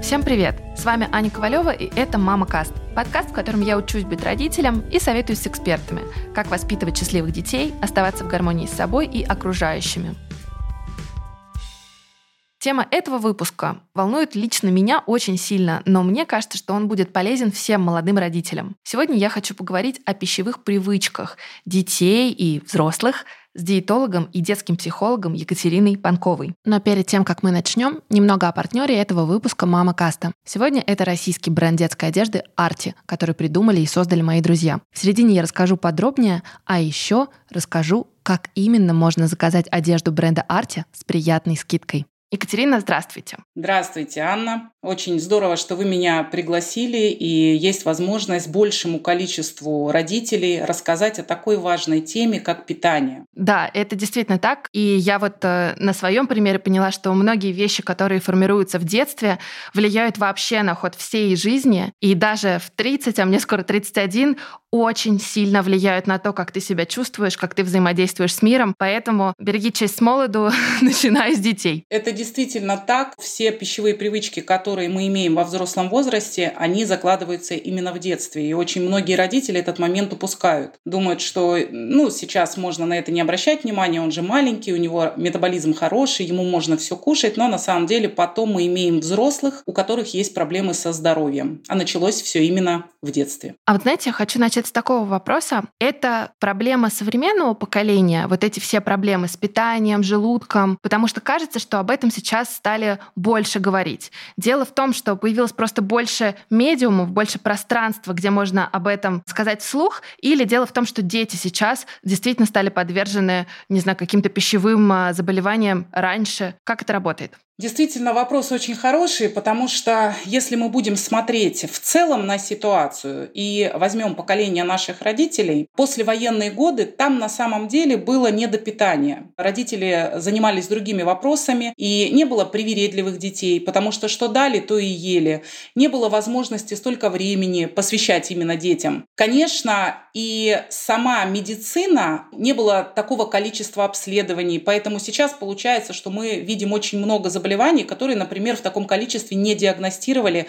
Всем привет! С вами Аня Ковалева, и это «Мама-каст» – подкаст, в котором я учусь быть родителем и советуюсь с экспертами, как воспитывать счастливых детей, оставаться в гармонии с собой и окружающими. Тема этого выпуска волнует лично меня очень сильно, но мне кажется, что он будет полезен всем молодым родителям. Сегодня я хочу поговорить о пищевых привычках детей и взрослых с диетологом и детским психологом Екатериной Панковой. Но перед тем, как мы начнем, немного о партнере этого выпуска «Мама-каста». Сегодня это российский бренд детской одежды «Арти», который придумали и создали мои друзья. В середине я расскажу подробнее, а еще расскажу, как именно можно заказать одежду бренда «Арти» с приятной скидкой. Екатерина, здравствуйте. Здравствуйте, Анна. Очень здорово, что вы меня пригласили, и есть возможность большему количеству родителей рассказать о такой важной теме, как питание. Да, это действительно так. И я на своем примере поняла, что многие вещи, которые формируются в детстве, влияют вообще на ход всей жизни. И даже в 30, а мне скоро 31, очень сильно влияют на то, как ты себя чувствуешь, как ты взаимодействуешь с миром. Поэтому береги честь с молоду, начиная с детей. Это действительно так. Все пищевые привычки, которые мы имеем во взрослом возрасте, они закладываются именно в детстве. И очень многие родители этот момент упускают. Думают, что сейчас можно на это не обращать внимания, он же маленький, у него метаболизм хороший, ему можно все кушать, но на самом деле потом мы имеем взрослых, у которых есть проблемы со здоровьем. А началось все именно в детстве. А вот знаете, я хочу начать с такого вопроса. Это проблема современного поколения, вот эти все проблемы с питанием, желудком, потому что кажется, что об этом сейчас стали больше говорить. Дело в том, что появилось просто больше медиумов, больше пространства, где можно об этом сказать вслух, или дело в том, что дети сейчас действительно стали подвержены, каким-то пищевым заболеваниям раньше. Как это работает? Действительно, вопрос очень хороший, потому что если мы будем смотреть в целом на ситуацию и возьмем поколение наших родителей, послевоенные годы там на самом деле было недопитание. Родители занимались другими вопросами, и не было привередливых детей, потому что что дали, то и ели. Не было возможности столько времени посвящать именно детям. Конечно, и сама медицина, не было такого количества обследований, поэтому сейчас получается, что мы видим очень много заболеваний, которые, например, в таком количестве не диагностировали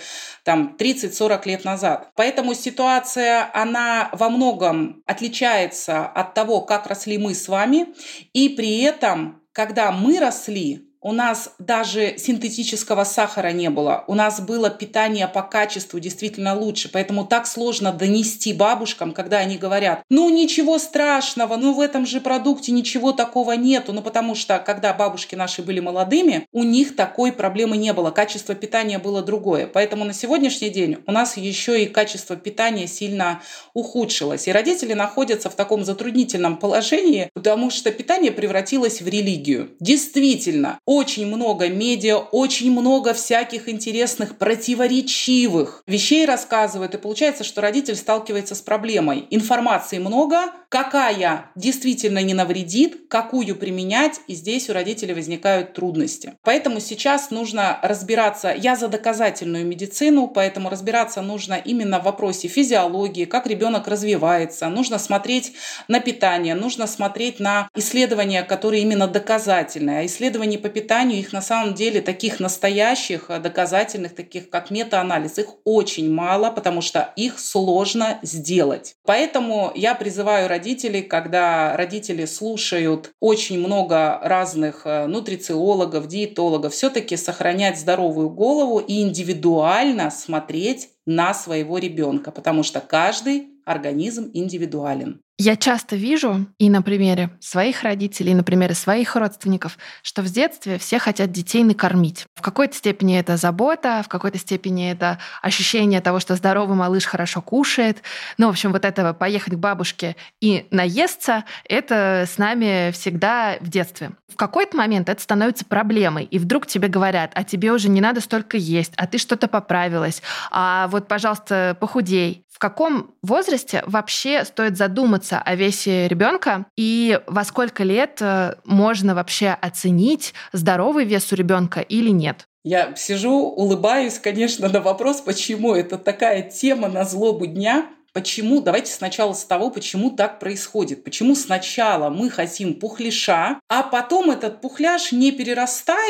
30-40 лет назад. Поэтому ситуация, она во многом отличается от того, как росли мы с вами, и при этом, когда мы росли, у нас даже синтетического сахара не было. У нас было питание по качеству действительно лучше. Поэтому так сложно донести бабушкам, когда они говорят, ничего страшного, в этом же продукте ничего такого нету. Потому что, когда бабушки наши были молодыми, у них такой проблемы не было. Качество питания было другое. Поэтому на сегодняшний день у нас еще и качество питания сильно ухудшилось. И родители находятся в таком затруднительном положении, потому что питание превратилось в религию. Действительно, очень много медиа, очень много всяких интересных, противоречивых вещей рассказывают. И получается, что родитель сталкивается с проблемой. Информации много, какая действительно не навредит, какую применять, и здесь у родителей возникают трудности. Поэтому сейчас нужно разбираться, я за доказательную медицину, поэтому разбираться нужно именно в вопросе физиологии, как ребенок развивается, нужно смотреть на питание, нужно смотреть на исследования, которые именно доказательные, а исследования по питанию, их на самом деле таких настоящих, доказательных, таких как метаанализ, их очень мало, потому что их сложно сделать. Поэтому я призываю родителей, когда родители слушают очень много разных нутрициологов, диетологов, все-таки сохранять здоровую голову и индивидуально смотреть на своего ребенка, потому что каждый организм индивидуален. Я часто вижу и на примере своих родителей, и на примере своих родственников, что в детстве все хотят детей накормить. В какой-то степени это забота, в какой-то степени это ощущение того, что здоровый малыш хорошо кушает. В общем, этого поехать к бабушке и наесться, это с нами всегда в детстве. В какой-то момент это становится проблемой, и вдруг тебе говорят, а тебе уже не надо столько есть, а ты что-то поправилась, а пожалуйста, похудей. В каком возрасте вообще стоит задуматься о весе ребенка и во сколько лет можно вообще оценить здоровый вес у ребенка или нет? Я сижу, улыбаюсь, конечно, на вопрос, почему это такая тема на злобу дня. Почему? Давайте сначала с того, почему так происходит. Почему сначала мы хотим пухляша, а потом этот пухляш не перерастает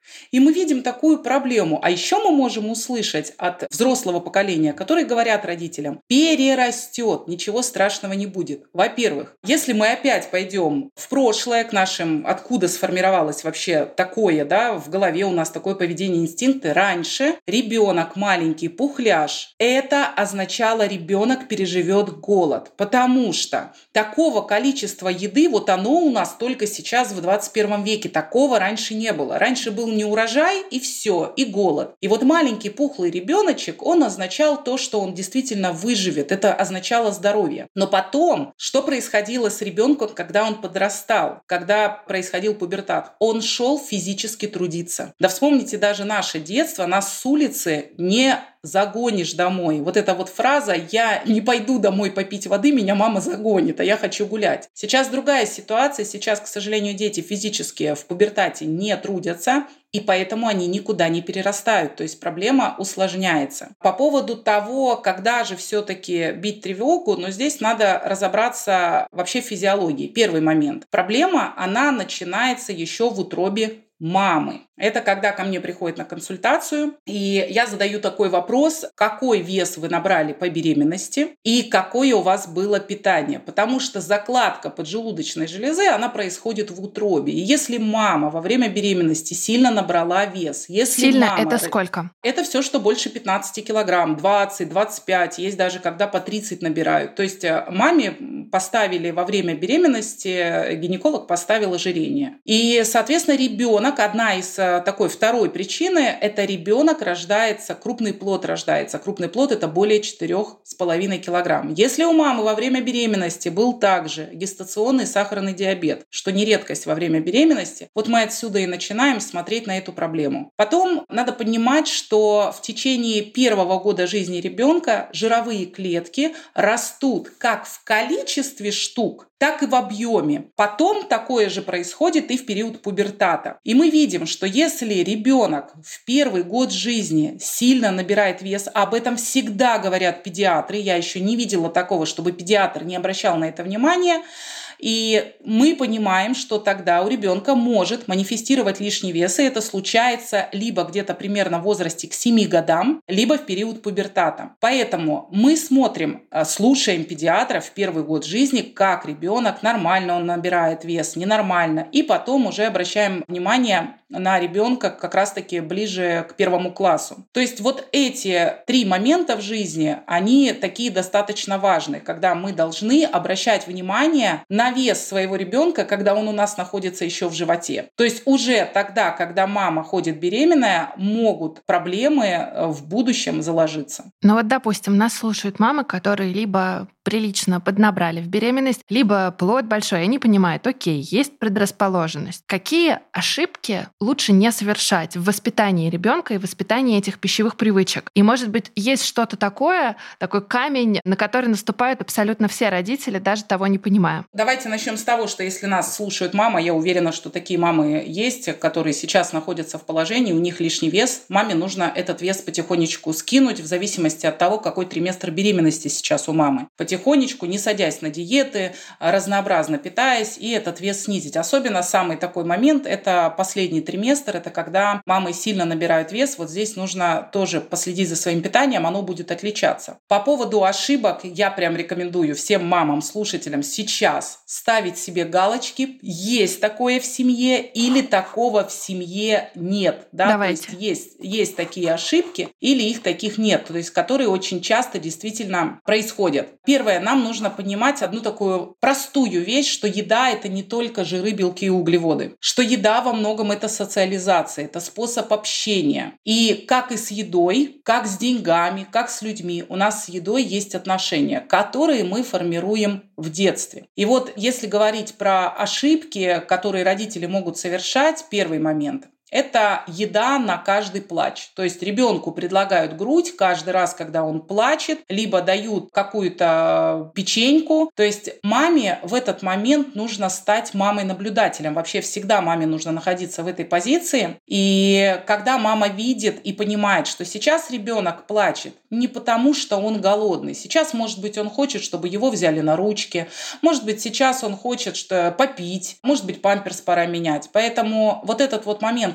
И мы видим такую проблему. А еще мы можем услышать от взрослого поколения, которые говорят родителям: перерастет, ничего страшного не будет. Во-первых, если мы опять пойдем в прошлое к нашим, откуда сформировалось вообще такое, да, в голове у нас такое поведение, инстинкты. Раньше ребенок маленький, пухляж, это означало, ребенок переживет голод, потому что такого количества еды, вот оно у нас только сейчас в 21 веке, такого раньше не было. Раньше был неурожай и все, и голод. И вот маленький пухлый ребеночек, он означал то, что он действительно выживет. Это означало здоровье. Но потом, что происходило с ребенком, когда он подрастал, когда происходил пубертат? Он шел физически трудиться. Да вспомните даже наше детство, нас с улицы не загонишь домой. Вот эта вот фраза: «Я не пойду домой попить воды, меня мама загонит, а я хочу гулять». Сейчас другая ситуация. Сейчас, к сожалению, дети физически в пубертате не трудятся, и поэтому они никуда не перерастают. То есть проблема усложняется. По поводу того, когда же все-таки бить тревогу, но здесь надо разобраться вообще в физиологии. Первый момент. Проблема, она начинается еще в утробе мамы. Это когда ко мне приходят на консультацию, и я задаю такой вопрос: какой вес вы набрали по беременности и какое у вас было питание? Потому что закладка поджелудочной железы, она происходит в утробе. И если мама во время беременности сильно набрала вес, если сильно мама... это сколько? Это все, что больше 15 килограмм, 20, 25, есть даже когда по 30 набирают. То есть маме поставили во время беременности, гинеколог поставил ожирение. И, соответственно, ребенок, одна из такой второй причины, это ребенок рождается, крупный плод рождается. Крупный плод — это более 4,5 килограмм. Если у мамы во время беременности был также гестационный сахарный диабет, что не редкость во время беременности, вот мы отсюда и начинаем смотреть на эту проблему. Потом надо понимать, что в течение первого года жизни ребенка жировые клетки растут как в количестве штук, так и в объеме. Потом такое же происходит и в период пубертата. И мы видим, что если ребенок в первый год жизни сильно набирает вес, об этом всегда говорят педиатры, я еще не видела такого, чтобы педиатр не обращал на это внимания, и мы понимаем, что тогда у ребенка может манифестировать лишний вес, и это случается либо где-то примерно в возрасте к 7 годам, либо в период пубертата. Поэтому мы смотрим, слушаем педиатра в первый год жизни, как ребенок, нормально он набирает вес, ненормально, и потом уже обращаем внимание на ребенка как раз-таки ближе к 1 классу. То есть вот эти 3 момента в жизни, они такие достаточно важные, когда мы должны обращать внимание на вес своего ребенка, когда он у нас находится еще в животе. То есть уже тогда, когда мама ходит беременная, могут проблемы в будущем заложиться. Ну вот, допустим, нас слушают мамы, которые либо прилично поднабрали в беременность, либо плод большой, и они понимают: окей, есть предрасположенность. Какие ошибки лучше не совершать в воспитании ребенка и воспитании этих пищевых привычек? И, может быть, есть что-то такое, такой камень, на который наступают абсолютно все родители, даже того не понимая? Давайте начнем с того, что если нас слушают мамы, я уверена, что такие мамы есть, которые сейчас находятся в положении, у них лишний вес, маме нужно этот вес потихонечку скинуть в зависимости от того, какой триместр беременности сейчас у мамы. Потихонечку, не садясь на диеты, разнообразно питаясь, и этот вес снизить. Особенно самый такой момент – это последний триместр, это когда мамы сильно набирают вес. Вот здесь нужно тоже последить за своим питанием, оно будет отличаться. По поводу ошибок я прям рекомендую всем мамам, слушателям сейчас ставить себе галочки: есть такое в семье или такого в семье нет. Да? Давайте. То есть такие ошибки или их таких нет, то есть которые очень часто действительно происходят. Первое, нам нужно понимать одну такую простую вещь, что еда — это не только жиры, белки и углеводы, что еда во многом — это социализация, это способ общения. И как и с едой, как с деньгами, как с людьми, у нас с едой есть отношения, которые мы формируем в детстве. И вот если говорить про ошибки, которые родители могут совершать, первый момент — это еда на каждый плач. То есть ребенку предлагают грудь каждый раз, когда он плачет, либо дают какую-то печеньку. То есть маме в этот момент нужно стать мамой-наблюдателем. Вообще всегда маме нужно находиться в этой позиции. И когда мама видит и понимает, что сейчас ребенок плачет не потому, что он голодный. Сейчас, может быть, он хочет, чтобы его взяли на ручки. Может быть, сейчас он хочет попить. Может быть, памперс пора менять. Поэтому вот этот вот момент,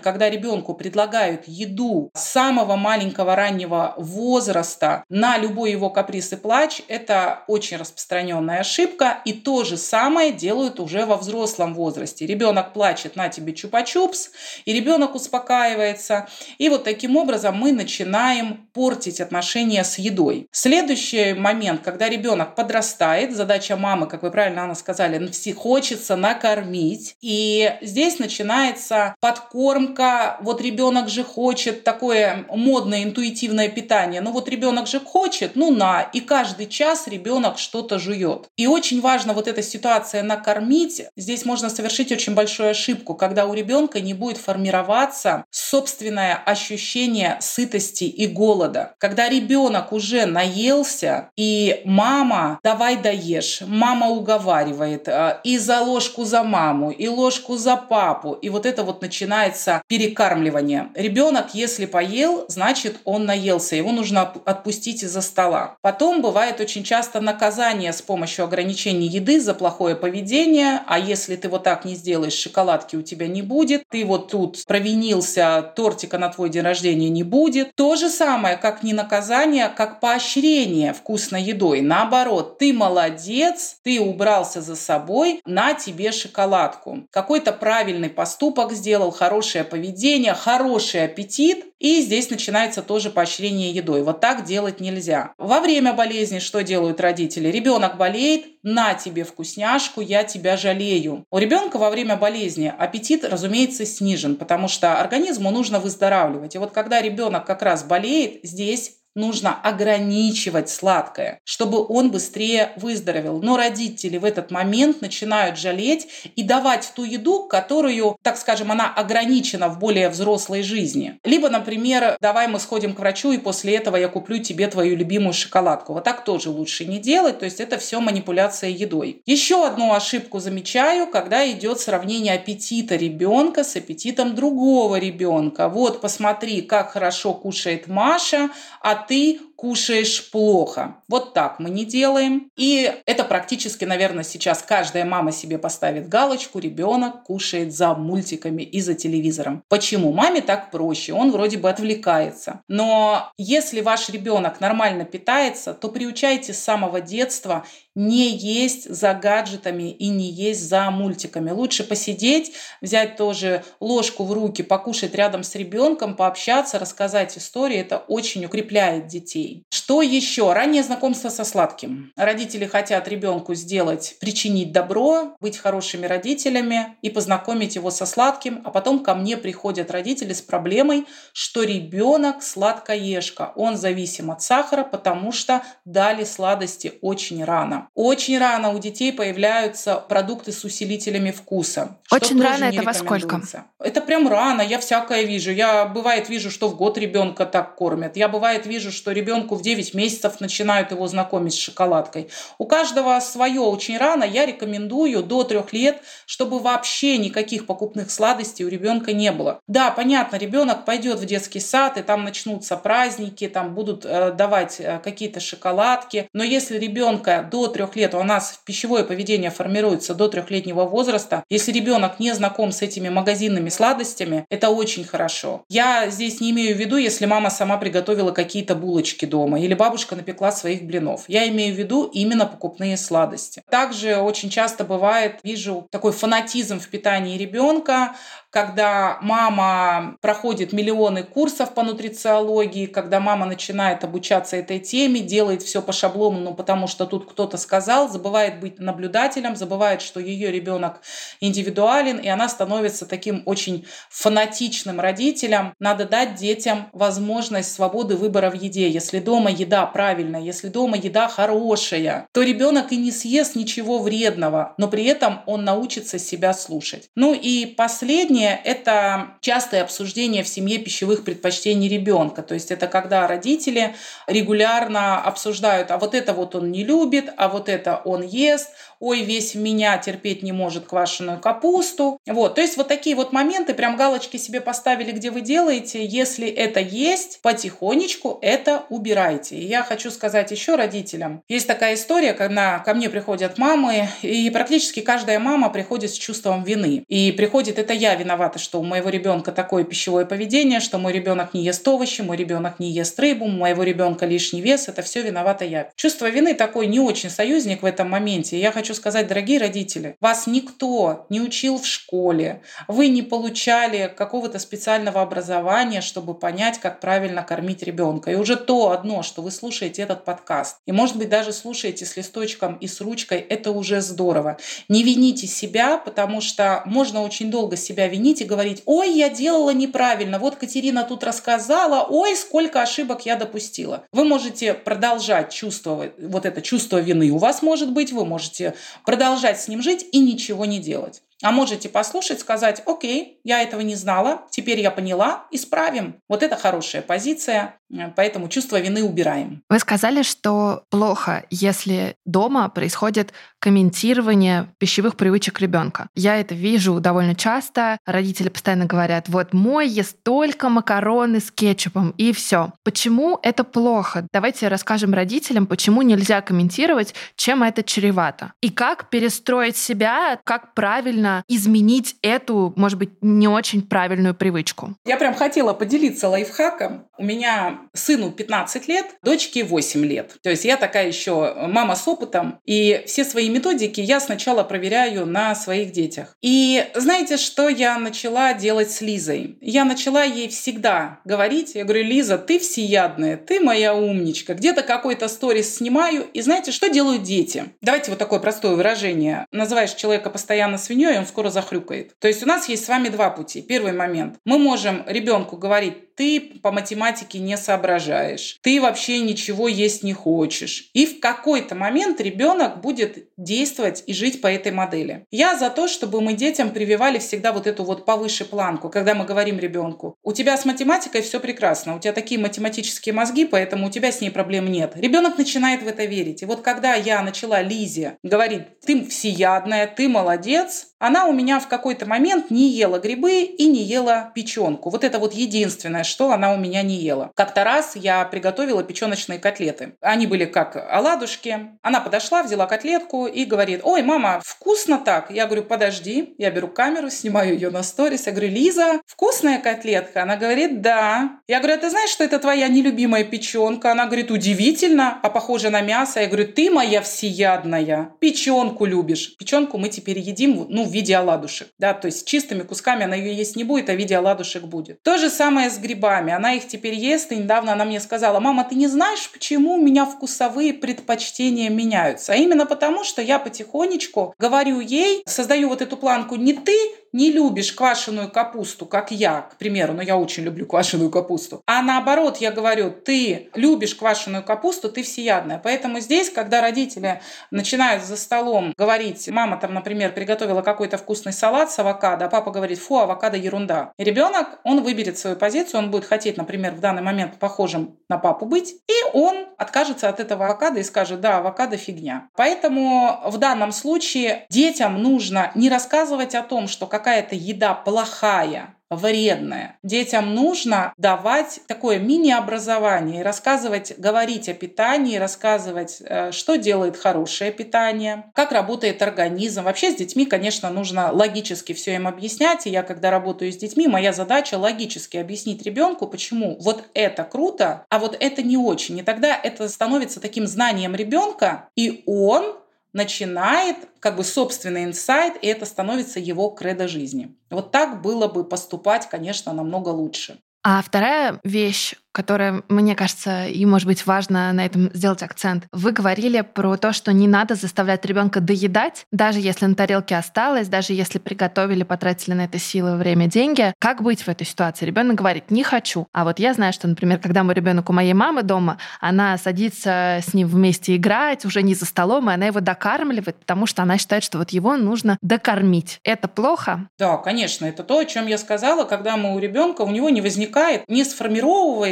когда ребенку предлагают еду с самого маленького раннего возраста на любой его каприз и плач, это очень распространенная ошибка. И то же самое делают уже во взрослом возрасте. Ребенок плачет: на тебе чупа-чупс, и ребенок успокаивается. И вот таким образом мы начинаем портить отношения с едой. Следующий момент, когда ребенок подрастает, задача мамы, как вы правильно, Анна, сказали, хочется накормить. И здесь начинается подкормка. Вот ребенок же хочет такое модное интуитивное питание. Ну вот ребенок же хочет, и каждый час ребенок что-то жует. И очень важно вот эта ситуация накормить. Здесь можно совершить очень большую ошибку, когда у ребенка не будет формироваться собственное ощущение сытости и голода. Когда ребенок уже наелся, и мама: давай доешь, мама уговаривает, и за ложку за маму, и ложку за папу, и вот это вот начинается перекармливание. Ребенок, если поел, значит, он наелся, его нужно отпустить из-за стола. Потом бывает очень часто наказание с помощью ограничений еды за плохое поведение, а если ты вот так не сделаешь, шоколадки у тебя не будет, ты вот тут провинился, тортика на твой день рождения не будет. То же самое, как не наказание, как поощрение вкусной едой. Наоборот, ты молодец, ты убрался за собой, на тебе шоколадку. Какой-то правильный поступок сделал, хорошее поведение, хороший аппетит, и здесь начинается тоже поощрение едой. Вот так делать нельзя. Во время болезни что делают родители? Ребенок болеет: на тебе вкусняшку, я тебя жалею. У ребенка во время болезни аппетит, разумеется, снижен, потому что организму нужно выздоравливать. И вот когда ребенок как раз болеет, здесь нужно ограничивать сладкое, чтобы он быстрее выздоровел. Но родители в этот момент начинают жалеть и давать ту еду, которую, так скажем, она ограничена в более взрослой жизни. Либо, например, давай мы сходим к врачу, и после этого я куплю тебе твою любимую шоколадку. Вот так тоже лучше не делать, то есть это все манипуляция едой. Еще одну ошибку замечаю, когда идет сравнение аппетита ребенка с аппетитом другого ребенка. Вот посмотри, как хорошо кушает Маша, а ты кушаешь плохо. Вот так мы не делаем. И это практически, наверное, сейчас каждая мама себе поставит галочку: ребенок кушает за мультиками и за телевизором. Почему? Маме так проще, он вроде бы отвлекается. Но если ваш ребенок нормально питается, то приучайте с самого детства не есть за гаджетами и не есть за мультиками. Лучше посидеть, взять тоже ложку в руки, покушать рядом с ребенком, пообщаться, рассказать истории. Это очень укрепляет детей. Что еще? Раннее знакомство со сладким. Родители хотят ребенку причинить добро, быть хорошими родителями и познакомить его со сладким, а потом ко мне приходят родители с проблемой, что ребенок сладкоежка. Он зависим от сахара, потому что дали сладости очень рано. Очень рано у детей появляются продукты с усилителями вкуса. Очень рано — это во сколько? Это прям рано, я всякое вижу. Я, бывает, вижу, что в год ребенка так кормят. Я, бывает, вижу, что ребенку в 9 месяцев начинают его знакомить с шоколадкой. У каждого свое. Очень рано. Я рекомендую до 3 лет, чтобы вообще никаких покупных сладостей у ребенка не было. Да, понятно, ребенок пойдет в детский сад, и там начнутся праздники, там будут давать какие-то шоколадки. Но если ребенка до 3 лет, у нас пищевое поведение формируется до 3-летнего возраста, если ребенок не знаком с этими магазинными сладостями, это очень хорошо. Я здесь не имею в виду, если мама сама приготовила какие-то булочки дома или бабушка напекла своих блинов. Я имею в виду именно покупные сладости. Также очень часто бывает, вижу такой фанатизм в питании ребенка, когда мама проходит миллионы курсов по нутрициологии, когда мама начинает обучаться этой теме, делает все по шаблону, потому что тут кто-то сказал, забывает быть наблюдателем, забывает, что ее ребенок индивидуален, и она становится таким очень фанатичным родителем. Надо дать детям возможность свободы выбора в еде. Если дома еда правильная, если дома еда хорошая, то ребенок и не съест ничего вредного, но при этом он научится себя слушать. Ну и последнее, это частое обсуждение в семье пищевых предпочтений ребенка. То есть это когда родители регулярно обсуждают: а вот это вот он не любит, а вот это он ест, ой, весь в меня терпеть не может квашеную капусту. Вот, то есть вот такие вот моменты, прям галочки себе поставили, где вы делаете. Если это есть, потихонечку это убирайте. И я хочу сказать еще родителям. Есть такая история, когда ко мне приходят мамы, и практически каждая мама приходит с чувством вины. И приходит: это я виновата виновата, что у моего ребенка такое пищевое поведение, что мой ребенок не ест овощи, мой ребенок не ест рыбу, у моего ребенка лишний вес, это все виновата я. Чувство вины такой не очень союзник в этом моменте. Я хочу сказать, дорогие родители, вас никто не учил в школе, вы не получали какого-то специального образования, чтобы понять, как правильно кормить ребенка. И уже то одно, что вы слушаете этот подкаст, и, может быть, даже слушаете с листочком и с ручкой, это уже здорово. Не вините себя, потому что можно очень долго себя винить и говорить: ой, я делала неправильно, вот Катерина тут рассказала, ой, сколько ошибок я допустила. Вы можете продолжать чувствовать вот это чувство вины у вас может быть, вы можете продолжать с ним жить и ничего не делать. А можете послушать, сказать: окей, я этого не знала, теперь я поняла, исправим. Вот это хорошая позиция, поэтому чувство вины убираем. Вы сказали, что плохо, если дома происходит комментирование пищевых привычек ребенка. Я это вижу довольно часто. Родители постоянно говорят: вот мой ест только макароны с кетчупом, и все. Почему это плохо? Давайте расскажем родителям, почему нельзя комментировать, чем это чревато. И как перестроить себя, как правильно изменить эту, может быть, не очень правильную привычку. Я прям хотела поделиться лайфхаком. У меня сыну 15 лет, дочке 8 лет. То есть я такая еще мама с опытом. И все свои методики я сначала проверяю на своих детях. И знаете, что я начала делать с Лизой? Я начала ей всегда говорить, я говорю: Лиза, ты всеядная, ты моя умничка. Где-то какой-то сторис снимаю. И знаете, что делают дети? Давайте вот такое простое выражение. Называешь человека постоянно свиньей, он скоро захрюкает. То есть у нас есть с вами два пути. Первый момент. Мы можем ребенку говорить: ты по математике не соображаешь, ты вообще ничего есть не хочешь. И в какой-то момент ребенок будет действовать и жить по этой модели. Я за то, чтобы мы детям прививали всегда вот эту вот повыше планку, когда мы говорим ребенку: у тебя с математикой все прекрасно, у тебя такие математические мозги, поэтому у тебя с ней проблем нет. Ребенок начинает в это верить. И вот когда я начала Лизе говорить: ты всеядная, ты молодец, она у меня в какой-то момент не ела грибы и не ела печенку. Вот это вот единственное, что она у меня не ела. Как-то раз я приготовила печеночные котлеты. Они были как оладушки. Она подошла, взяла котлетку и говорит: ой, мама, вкусно так. Я говорю: подожди. Я беру камеру, снимаю ее на сторис. Я говорю: Лиза, вкусная котлетка? Она говорит: да. Я говорю: а ты знаешь, что это твоя нелюбимая печенка? Она говорит: удивительно, а похоже на мясо. Я говорю: ты моя всеядная, печенку любишь. Печенку мы теперь едим, в виде оладушек. Да, то есть чистыми кусками она ее есть не будет, а в виде оладушек будет. То же самое с грибами. Она их теперь ест, и недавно она мне сказала: мама, ты не знаешь, почему у меня вкусовые предпочтения меняются? А именно потому, что я потихонечку говорю ей, создаю вот эту планку: не ты не любишь квашеную капусту, как я, к примеру, но я очень люблю квашеную капусту. А наоборот, я говорю: ты любишь квашеную капусту, ты всеядная. Поэтому здесь, когда родители начинают за столом говорить: мама там, например, приготовила какой-то вкусный салат с авокадо, а папа говорит: фу, авокадо ерунда. И ребенок, он выберет свою позицию, он будет хотеть, например, в данный момент похожим на папу быть, и он откажется от этого авокадо и скажет: да, авокадо фигня. Поэтому в данном случае детям нужно не рассказывать о том, что какая-то еда плохая, вредная. Детям нужно давать такое мини-образование и рассказывать, говорить о питании, рассказывать, что делает хорошее питание, как работает организм. Вообще с детьми, конечно, нужно логически все им объяснять. И я, когда работаю с детьми, моя задача логически объяснить ребенку, почему вот это круто, а вот это не очень. И тогда это становится таким знанием ребенка, и он начинает собственный инсайт, и это становится его кредо жизни. Вот так было бы поступать, конечно, намного лучше. А вторая вещь, которая, мне кажется, и, может быть, важно на этом сделать акцент. Вы говорили про то, что не надо заставлять ребенка доедать, даже если на тарелке осталось, даже если приготовили, потратили на это силы, время, деньги. Как быть в этой ситуации? Ребенок говорит: не хочу. А вот я знаю, что, например, когда мой ребенок у моей мамы дома, она садится с ним вместе играть, уже не за столом, и она его докармливает, потому что она считает, что вот его нужно докормить. Это плохо? Да, конечно, это то, о чем я сказала, когда у ребенка у него не возникает, не сформировывается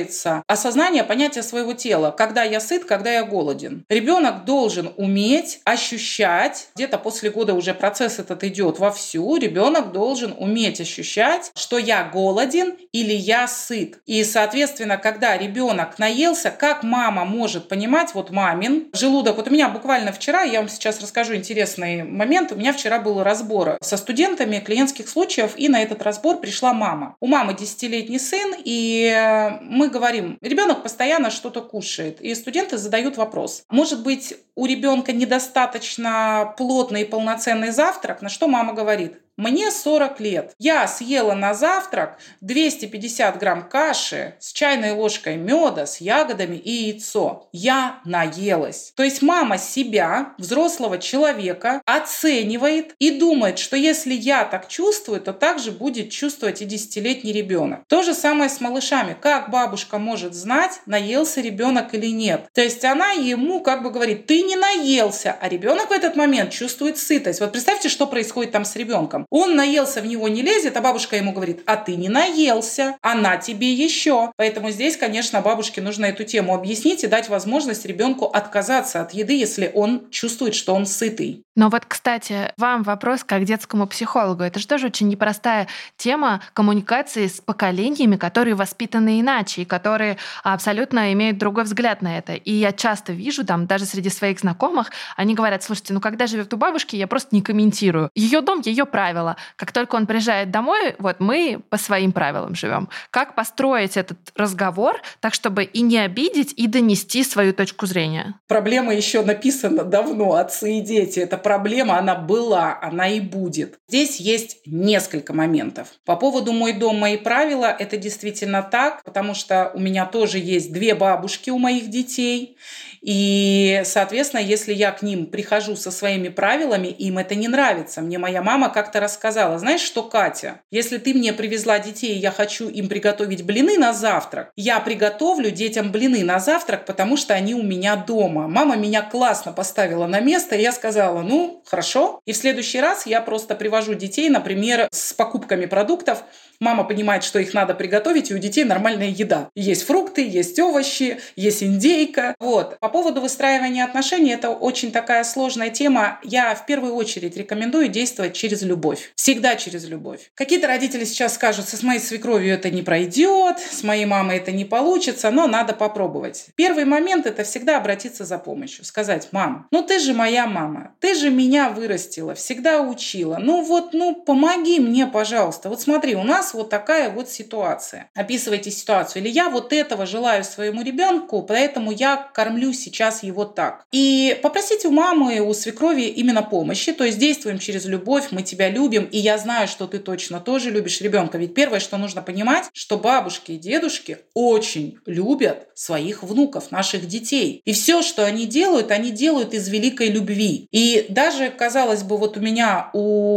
выстраивается осознание понятия своего тела. Когда я сыт, когда я голоден. Ребенок должен уметь ощущать, где-то после года уже процесс этот идет вовсю, ребенок должен уметь ощущать, что я голоден или я сыт. И, соответственно, когда ребенок наелся, как мама может понимать, вот мамин желудок. Вот у меня буквально вчера, я вам сейчас расскажу интересный момент, у меня вчера был разбор со студентами клиентских случаев, и на этот разбор пришла мама. У мамы 10-летний сын, и мы говорим, ребенок постоянно что-то кушает. И студенты задают вопрос. Может быть, у ребенка недостаточно плотный и полноценный завтрак? На что мама говорит? Мне 40 лет. Я съела на завтрак 250 грамм каши с чайной ложкой меда, с ягодами и яйцо. Я наелась. То есть мама себя, взрослого человека, оценивает и думает, что если я так чувствую, то так же будет чувствовать и 10-летний ребенок. То же самое с малышами. Как бабушка может знать, наелся ребенок или нет? То есть она ему как бы говорит, ты не наелся, а ребенок в этот момент чувствует сытость. Вот представьте, что происходит там с ребенком. Он наелся, в него не лезет, а бабушка ему говорит, а ты не наелся, она тебе еще. Поэтому здесь, конечно, бабушке нужно эту тему объяснить и дать возможность ребенку отказаться от еды, если он чувствует, что он сытый. Но вот, кстати, вам вопрос как детскому психологу. Это же тоже очень непростая тема коммуникации с поколениями, которые воспитаны иначе и которые абсолютно имеют другой взгляд на это. И я часто вижу, там, даже среди своих знакомых, они говорят, слушайте, ну когда живет у бабушки, я просто не комментирую. Ее дом, ее правила. Как только он приезжает домой, вот мы по своим правилам живем. Как построить этот разговор так, чтобы и не обидеть, и донести свою точку зрения? Проблема еще написана давно, отцы и дети. Это проблема, она была, она и будет. Здесь есть несколько моментов. По поводу «мой дом, мои правила» это действительно так, потому что у меня тоже есть 2 бабушки у моих детей. И, соответственно, если я к ним прихожу со своими правилами, им это не нравится. Мне моя мама как-то рассказала, знаешь что, Катя, если ты мне привезла детей, и я хочу им приготовить блины на завтрак, я приготовлю детям блины на завтрак, потому что они у меня дома. Мама меня классно поставила на место, и я сказала, ну, хорошо. И в следующий раз я просто привожу детей, например, с покупками продуктов. Мама понимает, что их надо приготовить, и у детей нормальная еда. Есть фрукты, есть овощи, есть индейка. Вот. По поводу выстраивания отношений, это очень такая сложная тема. Я в первую очередь рекомендую действовать через любовь. Всегда через любовь. Какие-то родители сейчас скажут, с моей свекровью это не пройдет, с моей мамой это не получится, но надо попробовать. Первый момент – это всегда обратиться за помощью. Сказать, мам, ну ты же моя мама, ты же меня вырастила, всегда учила. Помоги мне, пожалуйста. Вот смотри, у нас вот такая вот ситуация. Описывайте ситуацию. Или я вот этого желаю своему ребенку, поэтому я кормлю сейчас его так. И попросите у мамы, у свекрови именно помощи, то есть действуем через любовь, мы тебя любим, и я знаю, что ты точно тоже любишь ребенка. Ведь первое, что нужно понимать, что бабушки и дедушки очень любят своих внуков, наших детей. И все, что они делают из великой любви. И даже, казалось бы, вот у меня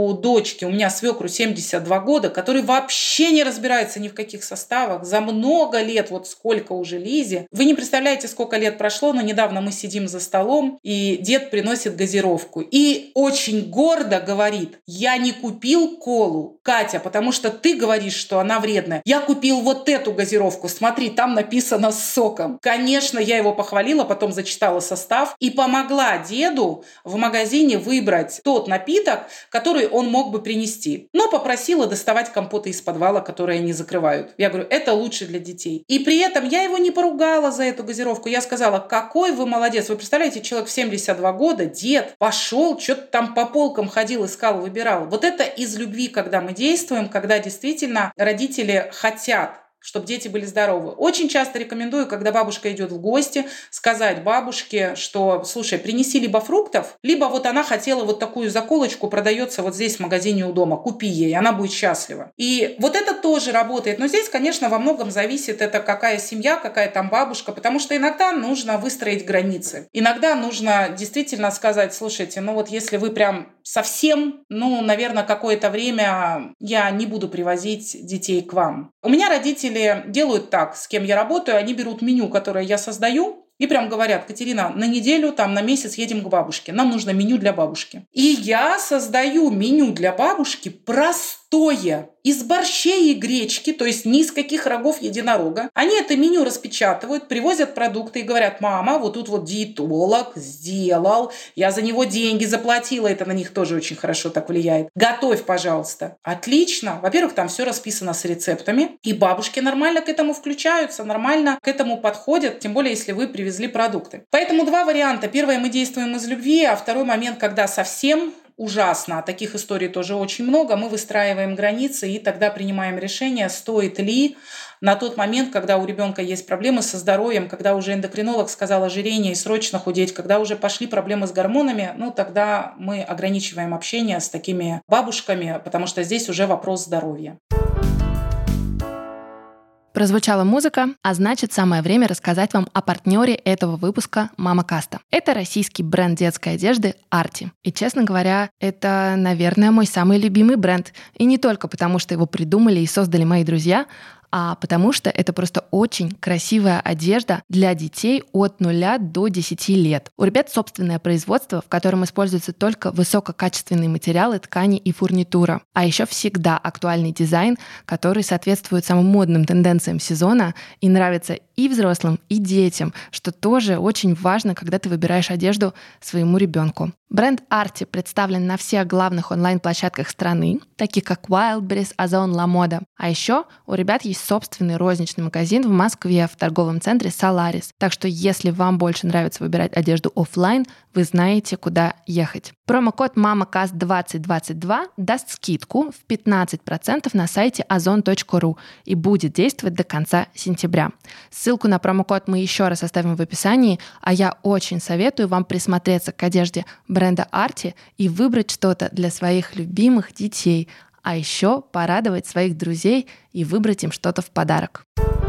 свекру 72 года, который вообще не разбирается ни в каких составах, за много лет, вот сколько уже Лизе. Вы не представляете, сколько лет прошло, но недавно мы сидим за столом, и дед приносит газировку. И очень гордо говорит, я не купил колу, Катя, потому что ты говоришь, что она вредная. Я купил вот эту газировку, смотри, там написано с соком. Конечно, я его похвалила, потом зачитала состав и помогла деду в магазине выбрать тот напиток, который он мог бы принести. Но попросила доставать компоты из подвала, которые они закрывают. Я говорю, это лучше для детей. И при этом я его не поругала за эту газировку. Я сказала, какой вы молодец. Вы представляете, человек в 72 года, дед, пошел, что-то там по полкам ходил, искал, выбирал. Вот это из любви, когда мы действуем, когда действительно родители хотят, чтобы дети были здоровы. Очень часто рекомендую, когда бабушка идет в гости, сказать бабушке, что, слушай, принеси либо фруктов, либо вот она хотела вот такую заколочку, продается вот здесь в магазине у дома, купи ей, она будет счастлива. И вот это тоже работает. Но здесь, конечно, во многом зависит это какая семья, какая там бабушка, потому что иногда нужно выстроить границы. Иногда нужно действительно сказать, слушайте, вот если вы прям совсем, наверное, какое-то время я не буду привозить детей к вам. У меня родители делают так, с кем я работаю, они берут меню, которое я создаю, и прям говорят, Катерина, на неделю, на месяц едем к бабушке, нам нужно меню для бабушки. И я создаю меню для бабушки простое, простое, из борщей и гречки, то есть ни из каких рогов единорога. Они это меню распечатывают, привозят продукты и говорят: мама, вот тут вот диетолог сделал, я за него деньги заплатила, это на них тоже очень хорошо так влияет. Готовь, пожалуйста. Отлично. Во-первых, там все расписано с рецептами, и бабушки нормально к этому включаются, нормально к этому подходят, тем более, если вы привезли продукты. Поэтому два варианта. Первое, мы действуем из любви, а второй момент, когда совсем ужасно, а таких историй тоже очень много, мы выстраиваем границы и тогда принимаем решение, стоит ли на тот момент, когда у ребенка есть проблемы со здоровьем, когда уже эндокринолог сказал ожирение и срочно худеть, когда уже пошли проблемы с гормонами, тогда мы ограничиваем общение с такими бабушками, потому что здесь уже вопрос здоровья. Прозвучала музыка, а значит, самое время рассказать вам о партнере этого выпуска «Мама Каста». Это российский бренд детской одежды «Арти». И, честно говоря, это, наверное, мой самый любимый бренд. И не только потому, что его придумали и создали мои друзья, а потому что это просто очень красивая одежда для детей от 0 до 10 лет. У ребят собственное производство, в котором используются только высококачественные материалы, ткани и фурнитура. А еще всегда актуальный дизайн, который соответствует самым модным тенденциям сезона и нравится и взрослым, и детям, что тоже очень важно, когда ты выбираешь одежду своему ребенку. Бренд Arti представлен на всех главных онлайн-площадках страны, таких как Wildberries, Озон, Ламода. А еще у ребят есть собственный розничный магазин в Москве в торговом центре Solaris. Так что если вам больше нравится выбирать одежду офлайн, вы знаете, куда ехать. Промокод MAMACAST2022 даст скидку в 15% на сайте ozon.ru и будет действовать до конца сентября. Ссылку на промокод мы еще раз оставим в описании, а я очень советую вам присмотреться к одежде бренда Arti и выбрать что-то для своих любимых детей, а еще порадовать своих друзей и выбрать им что-то в подарок.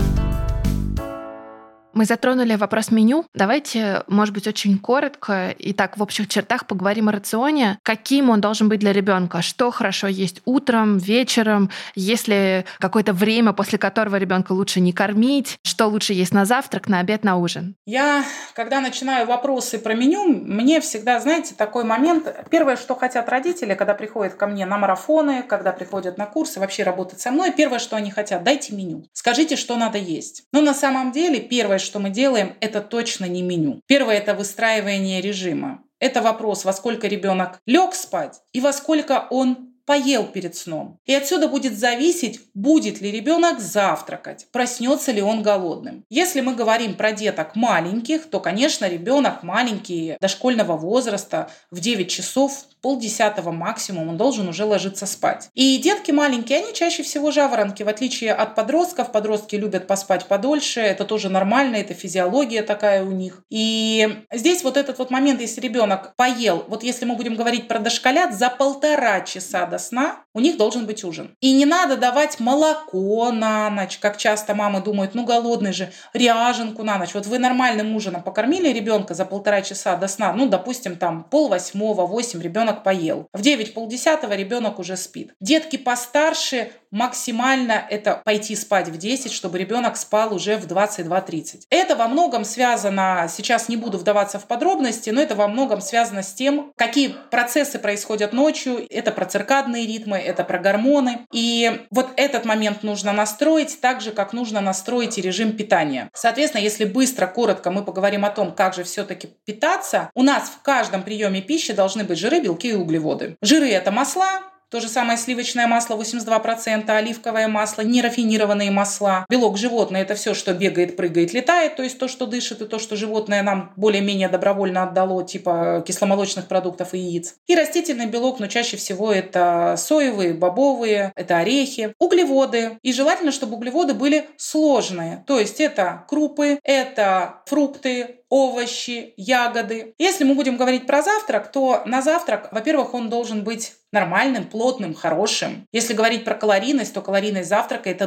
Мы затронули вопрос меню. Давайте, может быть, очень коротко и так в общих чертах поговорим о рационе. Каким он должен быть для ребенка? Что хорошо есть утром, вечером? Есть ли какое-то время, после которого ребенка лучше не кормить? Что лучше есть на завтрак, на обед, на ужин? Я, когда начинаю вопросы про меню, мне всегда, знаете, такой момент. Первое, что хотят родители, когда приходят ко мне на марафоны, когда приходят на курсы, вообще работать со мной, первое, что они хотят: дайте меню. Скажите, что надо есть. Но на самом деле первое, что мы делаем, это точно не меню. Первое – это выстраивание режима. Это вопрос, во сколько ребенок лег спать и во сколько он поел перед сном. И отсюда будет зависеть, будет ли ребенок завтракать, проснется ли он голодным. Если мы говорим про деток маленьких, то, конечно, ребенок маленький, дошкольного возраста, в 9 часов, 9:30 максимум, он должен уже ложиться спать. И детки маленькие, они чаще всего жаворонки, в отличие от подростков. Подростки любят поспать подольше, это тоже нормально, это физиология такая у них. И здесь вот этот вот момент, если ребенок поел, вот если мы будем говорить про дошколят, за 1,5 часа до сна у них должен быть ужин. И не надо давать молоко на ночь, как часто мамы думают: голодный же, ряженку на ночь. Вот вы нормальным ужином покормили ребенка за 1,5 часа до сна, допустим, там 7:30, 8 ребенок поел. В 9:30 ребенок уже спит. Детки постарше максимально это пойти спать в 10, чтобы ребенок спал уже в 22:30. Это во многом связано, сейчас не буду вдаваться в подробности, но это во многом связано с тем, какие процессы происходят ночью. Это про циркадные ритмы, это про гормоны. И вот этот момент нужно настроить, так же, как нужно настроить и режим питания. Соответственно, если быстро, коротко мы поговорим о том, как же все-таки питаться, у нас в каждом приеме пищи должны быть жиры, белки и углеводы. Жиры – это масла. То же самое сливочное масло 82%, оливковое масло, нерафинированные масла. Белок животное – это все, что бегает, прыгает, летает, то есть то, что дышит, и то, что животное нам более-менее добровольно отдало, типа кисломолочных продуктов и яиц. И растительный белок, чаще всего это соевые, бобовые, это орехи. Углеводы. И желательно, чтобы углеводы были сложные. То есть это крупы, это фрукты, овощи, ягоды. Если мы будем говорить про завтрак, то на завтрак, во-первых, он должен быть нормальным, плотным, хорошим. Если говорить про калорийность, то калорийность завтрака – это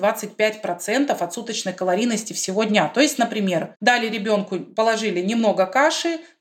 20-25% от суточной калорийности всего дня. То есть, например, дали ребенку, положили немного каши,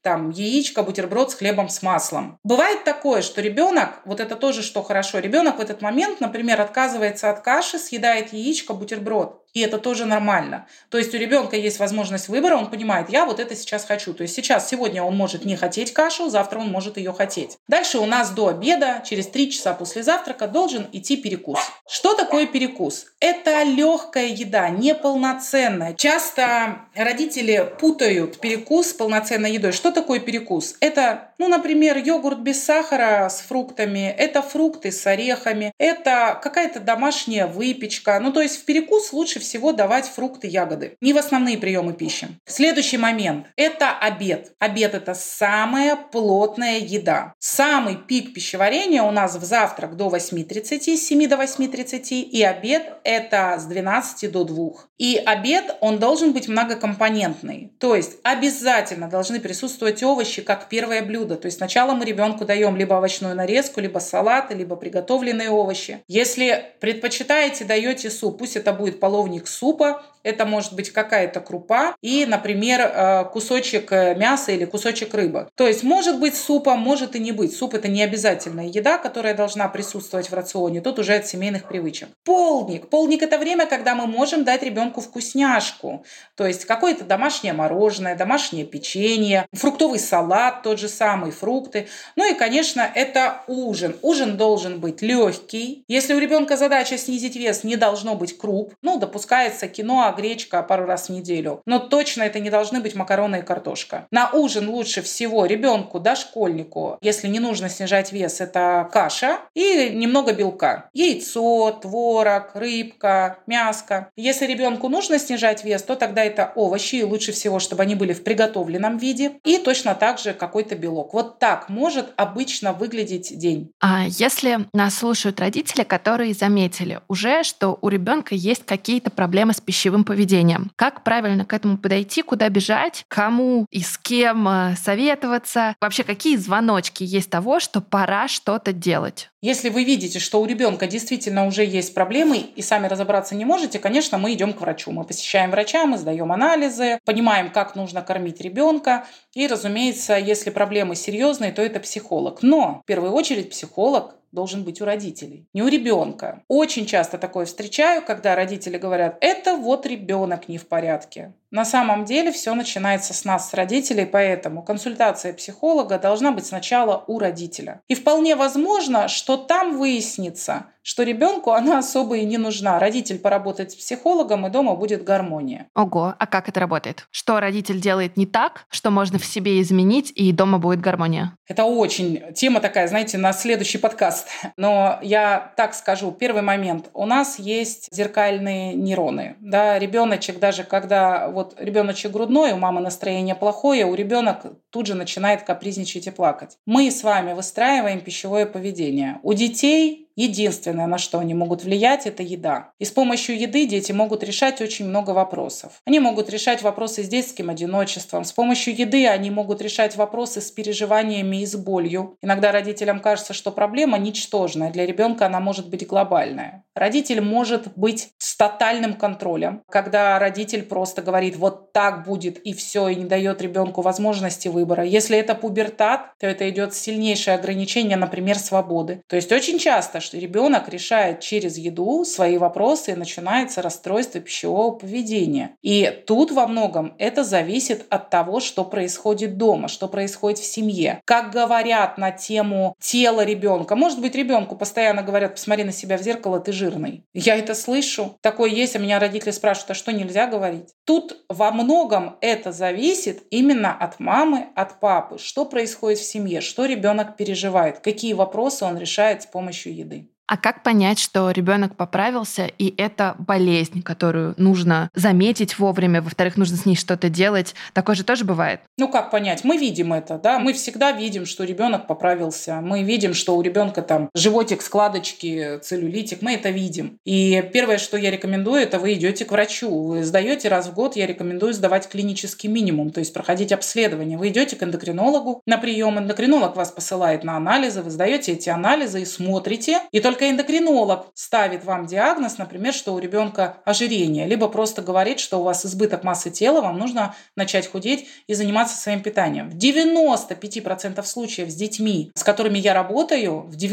там яичко, бутерброд с хлебом с маслом. Бывает такое, что ребенок, вот это тоже что хорошо, ребенок в этот момент, например, отказывается от каши, съедает яичко, бутерброд. И это тоже нормально. То есть у ребенка есть возможность выбора, он понимает, я вот это сейчас хочу. То есть сегодня он может не хотеть кашу, завтра он может ее хотеть. Дальше у нас до обеда, через 3 часа после завтрака должен идти перекус. Что такое перекус? Это легкая еда, неполноценная. Часто родители путают перекус с полноценной едой. Что такое перекус? Это, например, йогурт без сахара с фруктами, это фрукты с орехами, это какая-то домашняя выпечка. То есть в перекус лучше всего давать фрукты, ягоды. Не в основные приемы пищи. Следующий момент – это обед. Обед – это самая плотная еда. Самый пик пищеварения у нас в завтрак до 8:30, с 7 до 8:30, и обед – это с 12 до 2. И обед, он должен быть многокомпонентный. То есть обязательно должны присутствовать овощи как первое блюдо. То есть сначала мы ребенку даем либо овощную нарезку, либо салаты, либо приготовленные овощи. Если предпочитаете, даете суп, пусть это будет половник супа, это может быть какая-то крупа и, например, кусочек мяса или кусочек рыбы. То есть может быть супа, может и не быть. Суп – это не обязательная еда, которая должна присутствовать в рационе. Тут уже от семейных привычек. Полдник. Полдник – это время, когда мы можем дать ребенку вкусняшку. То есть какое-то домашнее мороженое, домашнее печенье, фруктовый салат, тот же самый, фрукты. И, конечно, это ужин. Ужин должен быть легкий. Если у ребенка задача снизить вес, не должно быть круп. Допускается киноа, гречка пару раз в неделю. Но точно это не должны быть макароны и картошка. На ужин лучше всего ребенку, дошкольнику, если не нужно снижать вес, это каша и немного белка. Яйцо, творог, рыбка, мяско. Если ребенку нужно снижать вес, то тогда это овощи, и лучше всего, чтобы они были в приготовленном виде. И точно так же какой-то белок. Вот так может обычно выглядеть день. А если нас слушают родители, которые заметили уже, что у ребенка есть какие-то проблемы с пищевым поведением, как правильно к этому подойти, куда бежать, кому и с кем советоваться? Вообще, какие звоночки есть того, что пора что-то делать? Если вы видите, что у ребенка действительно уже есть проблемы и сами разобраться не можете, конечно, мы идем к врачу. Мы посещаем врача, мы сдаем анализы, понимаем, как нужно кормить ребенка. И, разумеется, если проблемы серьезные, то это психолог. Но в первую очередь психолог должен быть у родителей, не у ребенка. Очень часто такое встречаю, когда родители говорят, это вот ребенок не в порядке. На самом деле все начинается с нас, с родителей, поэтому консультация психолога должна быть сначала у родителя. И вполне возможно, что там выяснится, что ребенку она особо и не нужна. Родитель поработает с психологом, и дома будет гармония. Ого, а как это работает? Что родитель делает не так, что можно в себе изменить, и дома будет гармония? Это очень тема такая, знаете, на следующий подкаст. Но я так скажу. Первый момент. У нас есть зеркальные нейроны. Да, ребеночек, даже когда ребеночек грудной, у мамы настроение плохое, у ребенка тут же начинает капризничать и плакать. Мы с вами выстраиваем пищевое поведение. У детей единственное, на что они могут влиять, это еда. И с помощью еды дети могут решать очень много вопросов. Они могут решать вопросы с детским одиночеством. С помощью еды они могут решать вопросы с переживаниями и с болью. Иногда родителям кажется, что проблема ничтожная. Для ребенка она может быть глобальная. Родитель может быть с тотальным контролем, когда родитель просто говорит, вот так будет и все, и не дает ребенку возможности выбора. Если это пубертат, то это идет сильнейшее ограничение, например, свободы. То есть очень часто, что ребенок решает через еду свои вопросы, и начинается расстройство пищевого поведения. И тут во многом это зависит от того, что происходит дома, что происходит в семье. Как говорят на тему тела ребенка. Может быть, ребенку постоянно говорят, посмотри на себя в зеркало, ты жирный. Я это слышу. Такое есть, а меня родители спрашивают, а что нельзя говорить? Тут во многом это зависит именно от мамы, от папы. Что происходит в семье, что ребенок переживает, какие вопросы он решает с помощью еды. А как понять, что ребенок поправился, и это болезнь, которую нужно заметить вовремя, во-вторых, нужно с ней что-то делать? Такое же тоже бывает? Как понять? Мы видим это, да? Мы всегда видим, что ребенок поправился. Мы видим, что у ребенка там животик, складочки, целлюлитик. Мы это видим. И первое, что я рекомендую, это вы идете к врачу. Вы сдаете раз в год, я рекомендую сдавать клинический минимум, то есть проходить обследование. Вы идете к эндокринологу на прием, эндокринолог вас посылает на анализы, вы сдаете эти анализы и смотрите. И только Только эндокринолог ставит вам диагноз, например, что у ребенка ожирение, либо просто говорит, что у вас избыток массы тела, вам нужно начать худеть и заниматься своим питанием. В 95% случаев с детьми, с которыми я работаю, в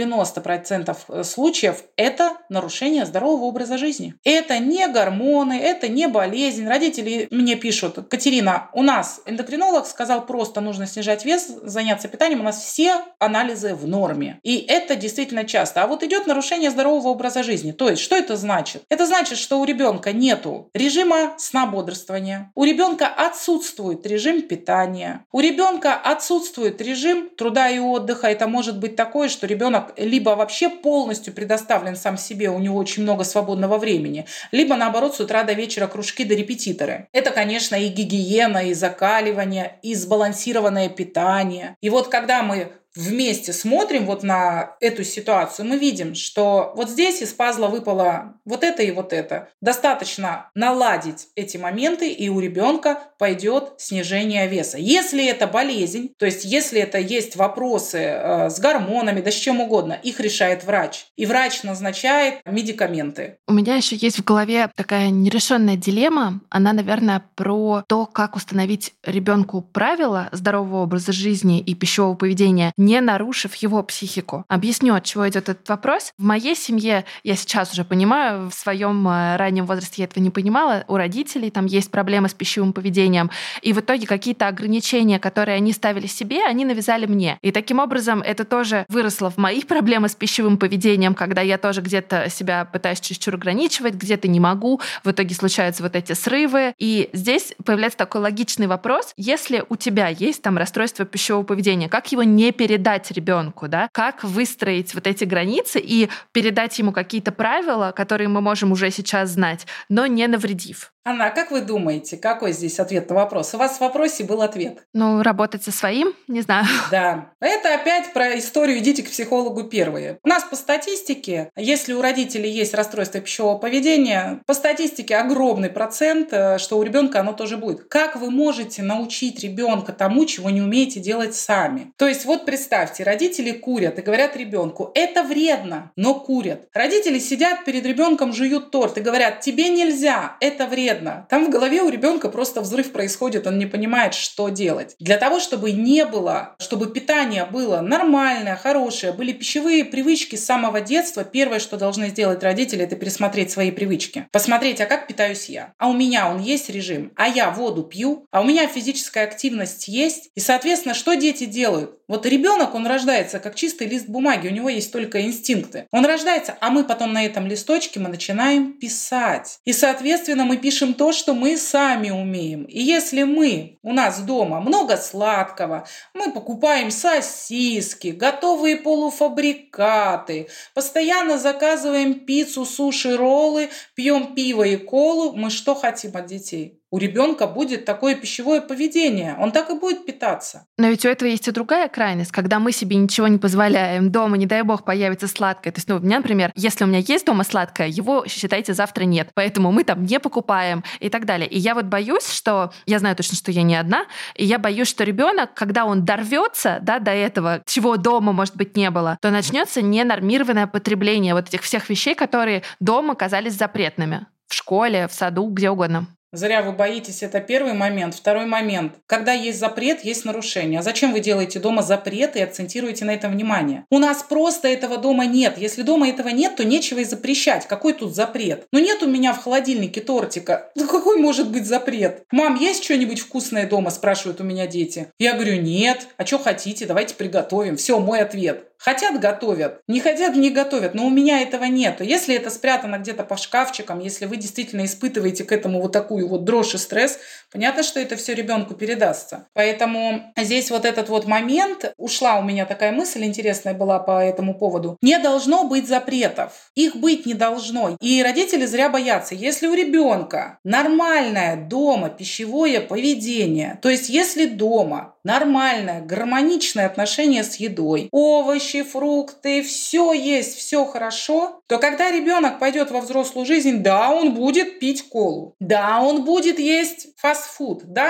90% случаев это нарушение здорового образа жизни. Это не гормоны, это не болезнь. Родители мне пишут: Катерина, у нас эндокринолог сказал, просто нужно снижать вес, заняться питанием, у нас все анализы в норме. И это действительно часто. А вот идет нарушение здорового образа жизни. То есть, что это значит? Это значит, что у ребенка нету режима сна-бодрствования, у ребенка отсутствует режим питания, у ребенка отсутствует режим труда и отдыха. Это может быть такое, что ребенок либо вообще полностью предоставлен сам себе, у него очень много свободного времени, либо наоборот с утра до вечера кружки до репетиторы. Это, конечно, и гигиена, и закаливание, и сбалансированное питание. И вот когда мы вместе смотрим вот на эту ситуацию, мы видим, что вот здесь из пазла выпало вот это и вот это. Достаточно наладить эти моменты, и у ребенка пойдет снижение веса. Если это болезнь, то есть если это есть вопросы с гормонами, да с чем угодно, их решает врач. И врач назначает медикаменты. У меня еще есть в голове такая нерешенная дилемма. Она, наверное, про то, как установить ребенку правила здорового образа жизни и пищевого поведения, не нарушив его психику. Объясню, от чего идет этот вопрос. В моей семье, я сейчас уже понимаю, в своем раннем возрасте я этого не понимала, у родителей там есть проблемы с пищевым поведением, и в итоге какие-то ограничения, которые они ставили себе, они навязали мне. И таким образом это тоже выросло в мои проблемы с пищевым поведением, когда я тоже где-то себя пытаюсь чересчур ограничивать, где-то не могу, в итоге случаются вот эти срывы. И здесь появляется такой логичный вопрос: если у тебя есть там расстройство пищевого поведения, как его не передать ребенку, да? Как выстроить вот эти границы и передать ему какие-то правила, которые мы можем уже сейчас знать, но не навредив? Анна, как вы думаете, какой здесь ответ на вопрос? У вас в вопросе был ответ. Ну, работать со своим, не знаю. Да. Это опять про историю «идите к психологу первые». У нас по статистике, если у родителей есть расстройство пищевого поведения, по статистике огромный процент, что у ребенка оно тоже будет. Как вы можете научить ребенка тому, чего не умеете делать сами? То есть вот представьте, родители курят и говорят ребенку: это вредно, но курят. Родители сидят перед ребенком, жуют торт и говорят: тебе нельзя, это вредно. Там в голове у ребенка просто взрыв происходит, он не понимает, что делать. Для того, чтобы не было, чтобы питание было нормальное, хорошее, были пищевые привычки с самого детства, первое, что должны сделать родители, это пересмотреть свои привычки. Посмотреть, а как питаюсь я? А у меня он есть режим? А я воду пью? А у меня физическая активность есть? И, соответственно, что дети делают? Вот ребенок, он рождается как чистый лист бумаги, у него есть только инстинкты. Он рождается, а мы потом на этом листочке мы начинаем писать. И, соответственно, мы пишем то, что мы сами умеем. И если у нас дома много сладкого, мы покупаем сосиски, готовые полуфабрикаты, постоянно заказываем пиццу, суши, роллы, пьем пиво и колу, мы что хотим от детей? У ребенка будет такое пищевое поведение, он так и будет питаться. Но ведь у этого есть и другая крайность, когда мы себе ничего не позволяем, дома, не дай бог, появится сладкое. То есть, у меня, например, если у меня есть дома сладкое, его, считайте, завтра нет, поэтому мы там не покупаем и так далее. И я вот боюсь, что, я знаю точно, что я не одна, и я боюсь, что ребенок, когда он дорвется, да, до этого, чего дома, может быть, не было, то начнется ненормированное потребление вот этих всех вещей, которые дома казались запретными. В школе, в саду, где угодно. Зря вы боитесь, это первый момент. Второй момент. Когда есть запрет, есть нарушение. А зачем вы делаете дома запрет и акцентируете на этом внимание? У нас просто этого дома нет. Если дома этого нет, то нечего и запрещать. Какой тут запрет? Ну нет у меня в холодильнике тортика. Ну какой может быть запрет? Мам, есть что-нибудь вкусное дома? Спрашивают у меня дети. Я говорю: нет. А что хотите? Давайте приготовим. Все, мой ответ. Хотят — готовят, не хотят — не готовят, но у меня этого нет. Если это спрятано где-то по шкафчикам, если вы действительно испытываете к этому вот такую вот дрожь и стресс, понятно, что это все ребенку передастся. Поэтому здесь вот этот вот момент, ушла у меня такая мысль интересная была по этому поводу. Не должно быть запретов, их быть не должно. И родители зря боятся. Если у ребенка нормальное дома пищевое поведение, то есть если дома нормальное, гармоничное отношение с едой, овощи, фрукты, все есть, все хорошо, то когда ребенок пойдет во взрослую жизнь, да, он будет пить колу, да, он будет есть фастфуд, да,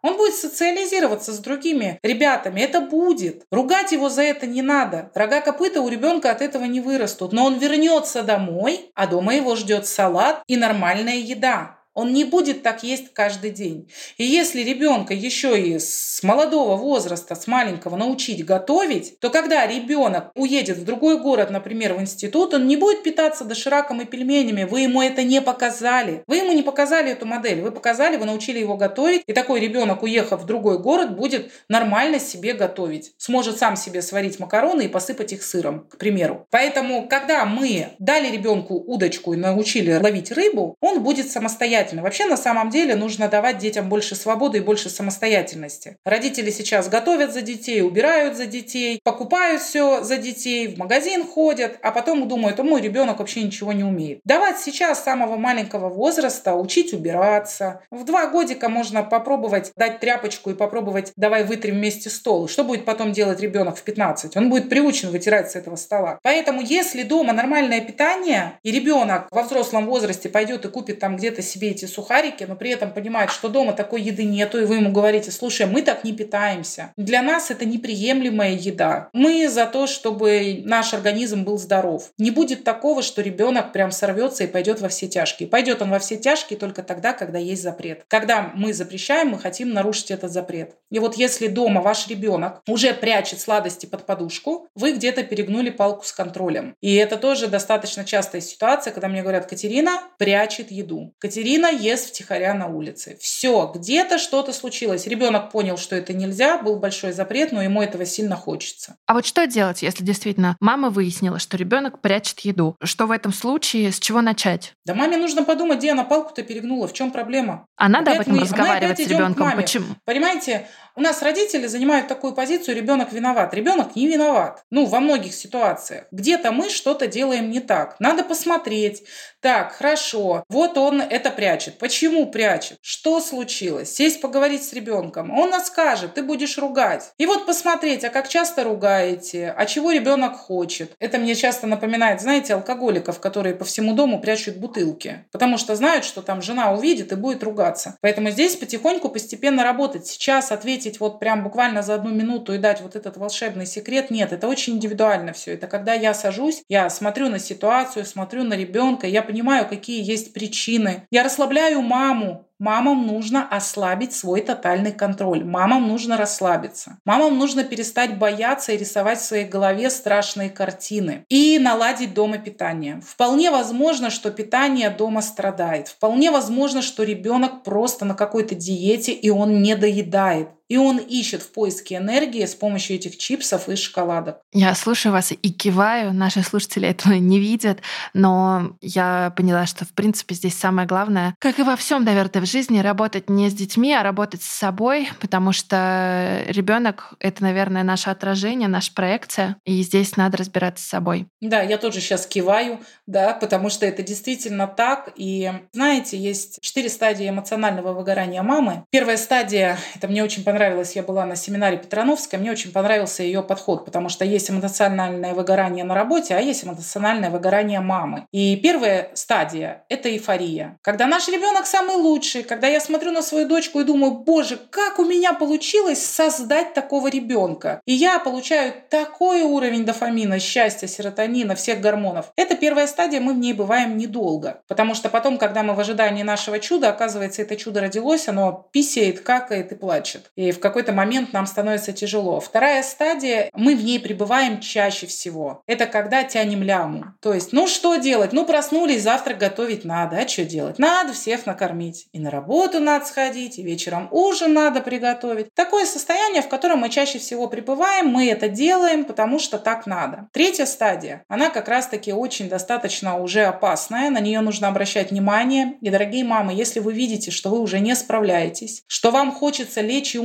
Он будет социализироваться с другими ребятами. Это будет. Ругать его за это не надо. Рога копыта у ребенка от этого не вырастут. Но он вернется домой, а дома его ждет салат и нормальная еда. Он не будет так есть каждый день. И если ребенка еще и с молодого возраста, с маленького научить готовить, то когда ребенок уедет в другой город, например, в институт, он не будет питаться дошираком и пельменями. Вы ему это не показали. Вы ему не показали эту модель. Вы показали, вы научили его готовить. И такой ребенок, уехав в другой город, будет нормально себе готовить. Сможет сам себе сварить макароны и посыпать их сыром, к примеру. Поэтому, когда мы дали ребенку удочку и научили ловить рыбу, он будет самостоятельным. Вообще, на самом деле, нужно давать детям больше свободы и больше самостоятельности. Родители сейчас готовят за детей, убирают за детей, покупают все за детей, в магазин ходят, а потом думают, мой ребенок вообще ничего не умеет. Давать сейчас с самого маленького возраста, учить убираться. В 2 годика можно попробовать дать тряпочку и попробовать давай вытрем вместе стол. Что будет потом делать ребенок в 15? Он будет приучен вытирать с этого стола. Поэтому, если дома нормальное питание, и ребенок во взрослом возрасте пойдет и купит там где-то себе эти сухарики, но при этом понимает, что дома такой еды нету, и вы ему говорите, слушай, мы так не питаемся. Для нас это неприемлемая еда. Мы за то, чтобы наш организм был здоров. Не будет такого, что ребенок прям сорвется и пойдет во все тяжкие. Пойдет он во все тяжкие только тогда, когда есть запрет. Когда мы запрещаем, мы хотим нарушить этот запрет. И вот если дома ваш ребенок уже прячет сладости под подушку, вы где-то перегнули палку с контролем. И это тоже достаточно частая ситуация, когда мне говорят, Катерина прячет еду. Катерина ест втихаря на улице. Все, где-то что-то случилось. Ребенок понял, что это нельзя, был большой запрет, но ему этого сильно хочется. А вот что делать, если действительно мама выяснила, что ребенок прячет еду? Что в этом случае, с чего начать? Да маме нужно подумать, где она палку-то перегнула, в чем проблема. А надо об этом разговаривать с ребенком? Почему? Понимаете, у нас родители занимают такую позицию, ребенок виноват. Ребенок не виноват. Во многих ситуациях. Где-то мы что-то делаем не так. Надо посмотреть. Так, хорошо, вот он это прячет. Почему прячет? Что случилось? Сесть поговорить с ребенком. Он нас скажет, ты будешь ругать. И вот посмотреть, а как часто ругаете, а чего ребенок хочет. Это мне часто напоминает, знаете, алкоголиков, которые по всему дому прячут бутылки. Потому что знают, что там жена увидит и будет ругаться. Поэтому здесь потихоньку, постепенно работать. Сейчас ответить вот прям буквально за 1 минуту и дать вот этот волшебный секрет. Нет, это очень индивидуально все. Это когда я сажусь, я смотрю на ситуацию, смотрю на ребенка, я понимаю, какие есть причины. Я расслабляю маму. Мамам нужно ослабить свой тотальный контроль. Мамам нужно расслабиться. Мамам нужно перестать бояться и рисовать в своей голове страшные картины. И наладить дома питание. Вполне возможно, что питание дома страдает. Вполне возможно, что ребенок просто на какой-то диете, и он не доедает. И он ищет в поиске энергии с помощью этих чипсов и шоколадок. Я слушаю вас и киваю. Наши слушатели этого не видят, но я поняла, что, в принципе, здесь самое главное, как и во всем, наверное, в жизни, работать не с детьми, а работать с собой, потому что ребенок — это, наверное, наше отражение, наша проекция, и здесь надо разбираться с собой. Да, я тоже сейчас киваю, да, потому что это действительно так. И, знаете, есть 4 стадии эмоционального выгорания мамы. Первая стадия, это мне очень понравилось, я была на семинаре Петрановской, мне очень понравился ее подход, потому что есть эмоциональное выгорание на работе, а есть эмоциональное выгорание мамы. И первая стадия – это эйфория. Когда наш ребенок самый лучший, когда я смотрю на свою дочку и думаю, боже, как у меня получилось создать такого ребенка. И я получаю такой уровень дофамина, счастья, серотонина, всех гормонов. Это первая стадия, мы в ней бываем недолго. Потому что потом, когда мы в ожидании нашего чуда, оказывается, это чудо родилось, оно писает, какает и плачет. И в какой-то момент нам становится тяжело. Вторая стадия, мы в ней пребываем чаще всего. Это когда тянем ляму. То есть, что делать? Проснулись, завтрак готовить надо. А что делать? Надо всех накормить. И на работу надо сходить, и вечером ужин надо приготовить. Такое состояние, в котором мы чаще всего пребываем, мы это делаем, потому что так надо. Третья стадия, она как раз-таки очень достаточно уже опасная, на нее нужно обращать внимание. И, дорогие мамы, если вы видите, что вы уже не справляетесь, что вам хочется лечь и умереть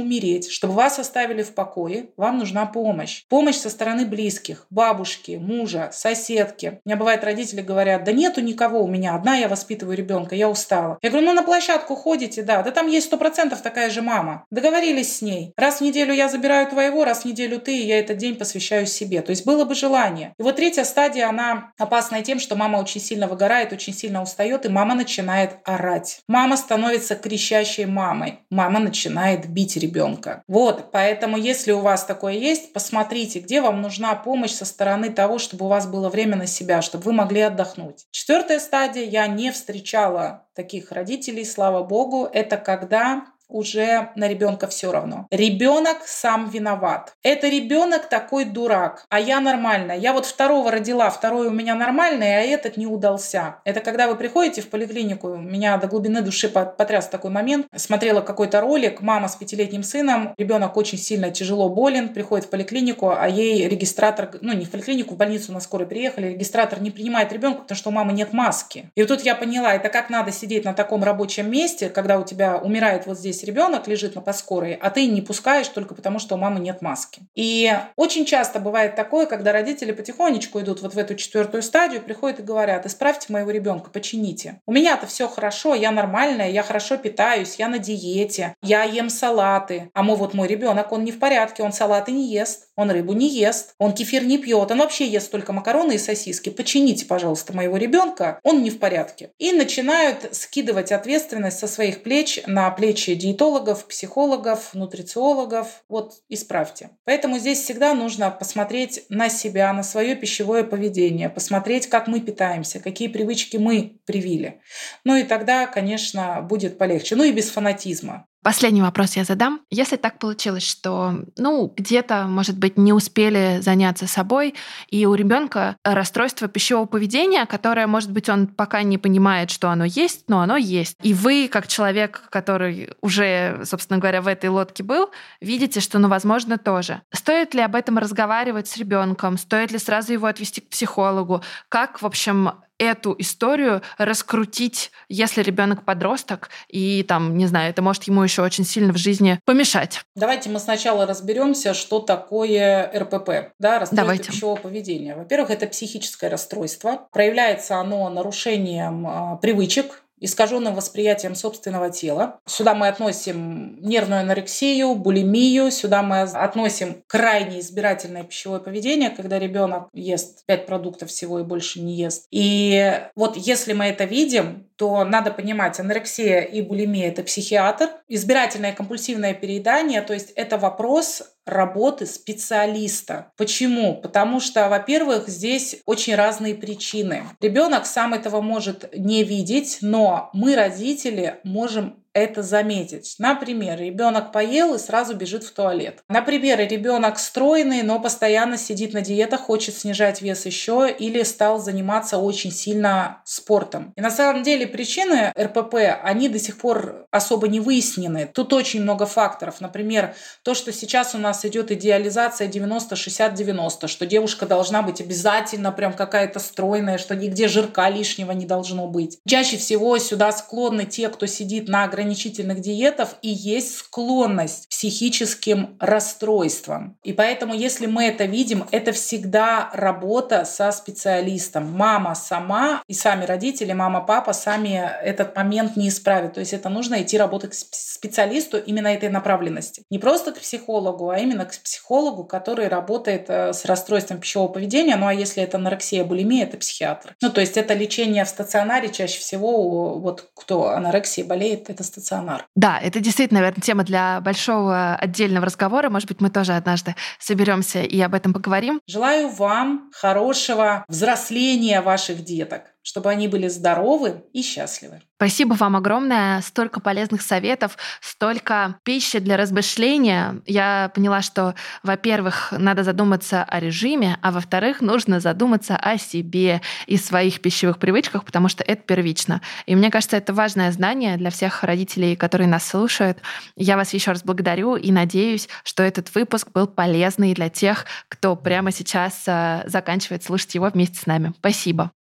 умереть, чтобы вас оставили в покое, вам нужна помощь. Помощь со стороны близких, бабушки, мужа, соседки. У меня бывает, родители говорят: да нету никого у меня, одна я воспитываю ребенка, я устала. Я говорю: ну на площадку ходите, да там есть 100% такая же мама. Договорились с ней. Раз в неделю я забираю твоего, раз в неделю ты, и я этот день посвящаю себе. То есть было бы желание. И вот третья стадия, она опасная тем, что мама очень сильно выгорает, очень сильно устает, и мама начинает орать. Мама становится кричащей мамой. Мама начинает бить ребенка. Вот, поэтому если у вас такое есть, посмотрите, где вам нужна помощь со стороны того, чтобы у вас было время на себя, чтобы вы могли отдохнуть. Четвертая стадия, я не встречала таких родителей, слава богу, это когда уже на ребенка все равно. Ребенок сам виноват. Это ребенок такой дурак, а я нормальная. Я вот второго родила, второй у меня нормальный, а этот не удался. Это когда вы приходите в поликлинику, меня до глубины души потряс такой момент. Смотрела какой-то ролик, мама с 5-летним сыном, ребенок очень сильно тяжело болен, приходит в поликлинику, а ей регистратор, не в поликлинику, в больницу на скорой приехали, регистратор не принимает ребенка, потому что у мамы нет маски. И вот тут я поняла, это как надо сидеть на таком рабочем месте, когда у тебя умирает вот здесь ребенок, лежит на подскорой, а ты не пускаешь только потому, что у мамы нет маски. И очень часто бывает такое, когда родители потихонечку идут вот в эту четвертую стадию, приходят и говорят: исправьте моего ребенка, почините. У меня-то все хорошо, я нормальная, я хорошо питаюсь, я на диете, я ем салаты. А мой ребенок, он не в порядке, он салаты не ест, он рыбу не ест, он кефир не пьет, он вообще ест только макароны и сосиски. Почините, пожалуйста, моего ребенка, он не в порядке. И начинают скидывать ответственность со своих плеч на плечи диетологов, психологов, нутрициологов. Вот, исправьте. Поэтому здесь всегда нужно посмотреть на себя, на свое пищевое поведение, посмотреть, как мы питаемся, какие привычки мы привили. И тогда, конечно, будет полегче. И без фанатизма. Последний вопрос я задам. Если так получилось, что, где-то, может быть, не успели заняться собой, и у ребенка расстройство пищевого поведения, которое, может быть, он пока не понимает, что оно есть, но оно есть. И вы, как человек, который уже, собственно говоря, в этой лодке был, видите, что, возможно, тоже. Стоит ли об этом разговаривать с ребенком? Стоит ли сразу его отвести к психологу? Как, в общем, эту историю раскрутить, если ребенок подросток, и это может ему еще очень сильно в жизни помешать? Давайте мы сначала разберемся, что такое РПП, расстройство пищевого поведения. Во-первых, это психическое расстройство. Проявляется оно нарушением привычек, искаженным восприятием собственного тела. Сюда мы относим нервную анорексию, булимию, сюда мы относим крайне избирательное пищевое поведение, когда ребенок ест 5 продуктов всего и больше не ест. И вот если мы это видим, то надо понимать, анорексия и булимия – это психиатр. Избирательное компульсивное переедание, то есть это вопрос работы специалиста. Почему? Потому что, во-первых, здесь очень разные причины. Ребенок сам этого может не видеть, но мы, родители, можем это заметить. Например, ребенок поел и сразу бежит в туалет. Например, ребенок стройный, но постоянно сидит на диетах, хочет снижать вес еще или стал заниматься очень сильно спортом. И на самом деле причины РПП, они до сих пор особо не выяснены. Тут очень много факторов. Например, то, что сейчас у нас идет идеализация 90-60-90, что девушка должна быть обязательно прям какая-то стройная, что нигде жирка лишнего не должно быть. Чаще всего сюда склонны те, кто сидит на ограничительных диетах, и есть склонность к психическим расстройствам. И поэтому, если мы это видим, это всегда работа со специалистом. Мама сама и сами родители, мама, папа сами этот момент не исправят. То есть это нужно идти работать к специалисту именно этой направленности. Не просто к психологу, а именно к психологу, который работает с расстройством пищевого поведения. А если это анорексия, булимия, это психиатр. То есть это лечение в стационаре чаще всего, кто анорексией болеет, это стационар. Да, это действительно, наверное, тема для большого отдельного разговора. Может быть, мы тоже однажды соберемся и об этом поговорим. Желаю вам хорошего взросления ваших деток, чтобы они были здоровы и счастливы. Спасибо вам огромное. Столько полезных советов, столько пищи для размышления. Я поняла, что, во-первых, надо задуматься о режиме, а во-вторых, нужно задуматься о себе и своих пищевых привычках, потому что это первично. И мне кажется, это важное знание для всех родителей, которые нас слушают. Я вас еще раз благодарю и надеюсь, что этот выпуск был полезный для тех, кто прямо сейчас заканчивает слушать его вместе с нами. Спасибо.